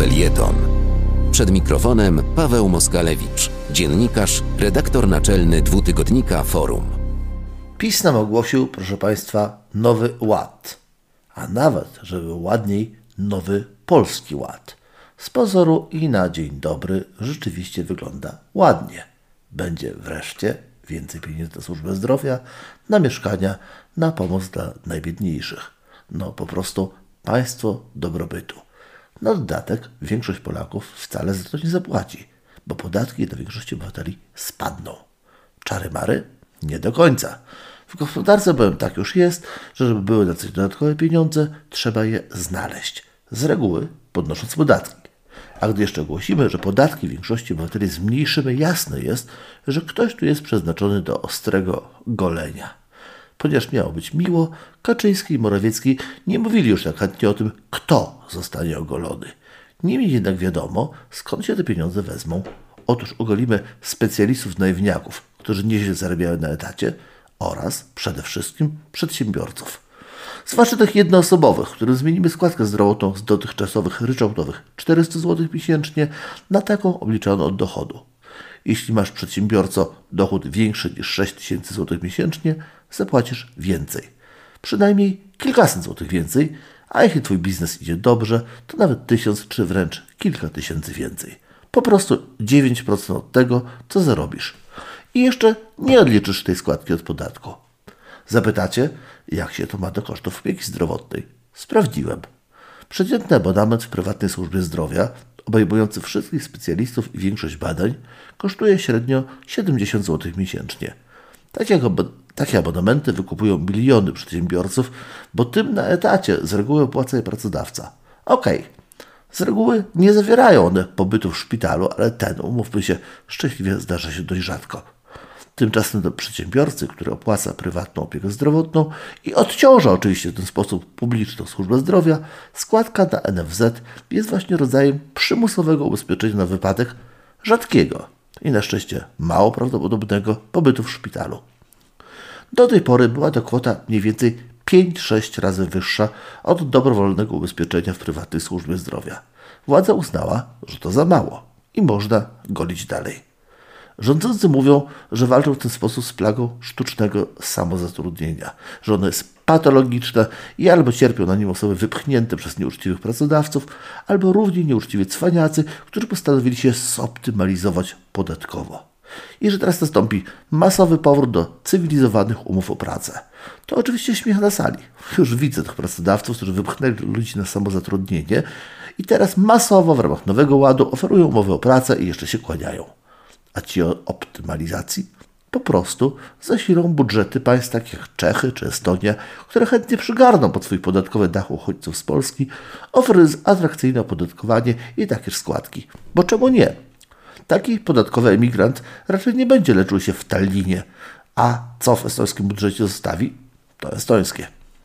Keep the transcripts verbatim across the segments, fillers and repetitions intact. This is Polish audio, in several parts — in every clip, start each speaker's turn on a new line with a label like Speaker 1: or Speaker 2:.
Speaker 1: Felieton. Przed mikrofonem Paweł Moskalewicz, dziennikarz, redaktor naczelny dwutygodnika Forum.
Speaker 2: PiS nam ogłosił, proszę Państwa, nowy ład, a nawet, żeby ładniej, nowy Polski Ład. Z pozoru i na dzień dobry rzeczywiście wygląda ładnie. Będzie wreszcie więcej pieniędzy na służbę zdrowia, na mieszkania, na pomoc dla najbiedniejszych. No po prostu państwo dobrobytu. Na dodatek większość Polaków wcale za to nie zapłaci, bo podatki dla większości obywateli spadną. Czary mary? Nie do końca. W gospodarce bowiem tak już jest, że żeby były na coś dodatkowe pieniądze, trzeba je znaleźć. Z reguły podnosząc podatki. A gdy jeszcze głosimy, że podatki większości obywateli zmniejszymy, jasne jest, że ktoś tu jest przeznaczony do ostrego golenia. Ponieważ miało być miło, Kaczyński i Morawiecki nie mówili już tak chętnie o tym, kto zostanie ogolony. Niemniej jednak wiadomo, skąd się te pieniądze wezmą. Otóż ogolimy specjalistów naiwniaków, którzy nieźle zarabiają na etacie, oraz przede wszystkim przedsiębiorców. Zwłaszcza tych jednoosobowych, którym zmienimy składkę zdrowotną z dotychczasowych ryczałtowych czterysta złotych miesięcznie na taką obliczoną od dochodu. Jeśli masz przedsiębiorco dochód większy niż sześć tysięcy złotych miesięcznie, zapłacisz więcej. Przynajmniej kilkaset złotych więcej, a jeśli twój biznes idzie dobrze, to nawet tysiąc czy wręcz kilka tysięcy więcej. Po prostu dziewięć procent od tego, co zarobisz. I jeszcze nie odliczysz tej składki od podatku. Zapytacie, jak się to ma do kosztów opieki zdrowotnej? Sprawdziłem. Przeciętny abonament w prywatnej służbie zdrowia, obejmujący wszystkich specjalistów i większość badań, kosztuje średnio siedemdziesiąt złotych miesięcznie. Takie, takie abonamenty wykupują miliony przedsiębiorców, bo tym na etacie z reguły opłaca je pracodawca. Okej, okay. Z reguły nie zawierają one pobytu w szpitalu, ale ten, umówmy się, szczęśliwie zdarza się dość rzadko. Tymczasem do przedsiębiorcy, który opłaca prywatną opiekę zdrowotną i odciąża oczywiście w ten sposób publiczną służbę zdrowia, składka na N F Z jest właśnie rodzajem przymusowego ubezpieczenia na wypadek rzadkiego i na szczęście mało prawdopodobnego pobytu w szpitalu. Do tej pory była to kwota mniej więcej pięć sześć razy wyższa od dobrowolnego ubezpieczenia w prywatnej służbie zdrowia. Władza uznała, że to za mało i można golić dalej. Rządzący mówią, że walczą w ten sposób z plagą sztucznego samozatrudnienia, że ono jest patologiczne i albo cierpią na nim osoby wypchnięte przez nieuczciwych pracodawców, albo równie nieuczciwi cwaniacy, którzy postanowili się zoptymalizować podatkowo. I że teraz nastąpi masowy powrót do cywilizowanych umów o pracę. To oczywiście śmiech na sali. Już widzę tych pracodawców, którzy wypchnęli ludzi na samozatrudnienie i teraz masowo w ramach nowego ładu oferują umowy o pracę i jeszcze się kłaniają. A ci o optymalizacji po prostu zasilą budżety państw takich jak Czechy czy Estonia, które chętnie przygarną pod swój podatkowy dach uchodźców z Polski, oferując atrakcyjne opodatkowanie i takie składki. Bo czemu nie? Taki podatkowy emigrant raczej nie będzie leczył się w Tallinie, a co w estońskim budżecie zostawi? To estońskie.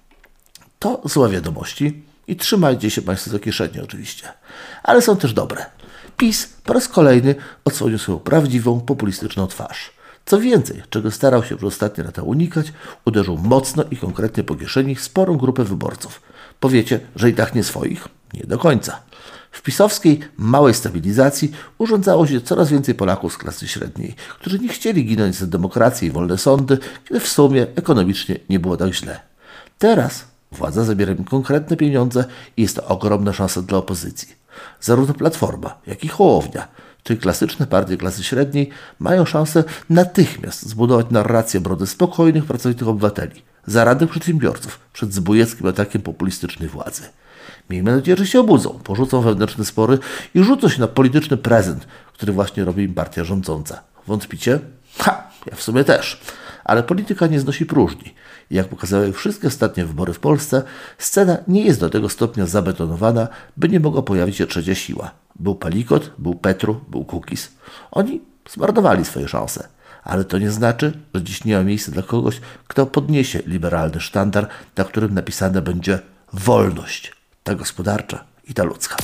Speaker 2: To złe wiadomości i trzymajcie się Państwo za kieszeni oczywiście. Ale są też dobre. PiS po raz kolejny odsłonił swoją prawdziwą, populistyczną twarz. Co więcej, czego starał się przez ostatnie lata unikać, uderzył mocno i konkretnie po kieszeni sporą grupę wyborców. Powiecie, że i tak nie swoich? Nie do końca. W pisowskiej małej stabilizacji urządzało się coraz więcej Polaków z klasy średniej, którzy nie chcieli ginąć za demokrację i wolne sądy, kiedy w sumie ekonomicznie nie było tak źle. Teraz władza zabiera im konkretne pieniądze i jest to ogromna szansa dla opozycji. Zarówno Platforma, jak i Hołownia, czyli klasyczne partie klasy średniej, mają szansę natychmiast zbudować narrację brody spokojnych, pracowitych obywateli, zaradnych przedsiębiorców przed zbójeckim atakiem populistycznej władzy. Miejmy nadzieję, że się obudzą, porzucą wewnętrzne spory i rzucą się na polityczny prezent, który właśnie robi im partia rządząca. Wątpicie? Ha! Ja w sumie też. Ale polityka nie znosi próżni. I jak pokazały wszystkie ostatnie wybory w Polsce, scena nie jest do tego stopnia zabetonowana, by nie mogła pojawić się trzecia siła. Był Palikot, był Petru, był Kukiz. Oni zmarnowali swoje szanse. Ale to nie znaczy, że dziś nie ma miejsca dla kogoś, kto podniesie liberalny sztandar, na którym napisane będzie wolność, ta gospodarcza i ta ludzka.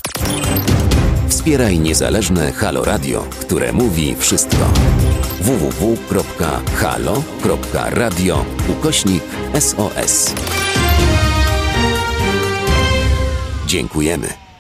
Speaker 1: Wspieraj niezależne Halo Radio, które mówi wszystko. w w w kropka halo kropka radio ukośnik S O S. Dziękujemy.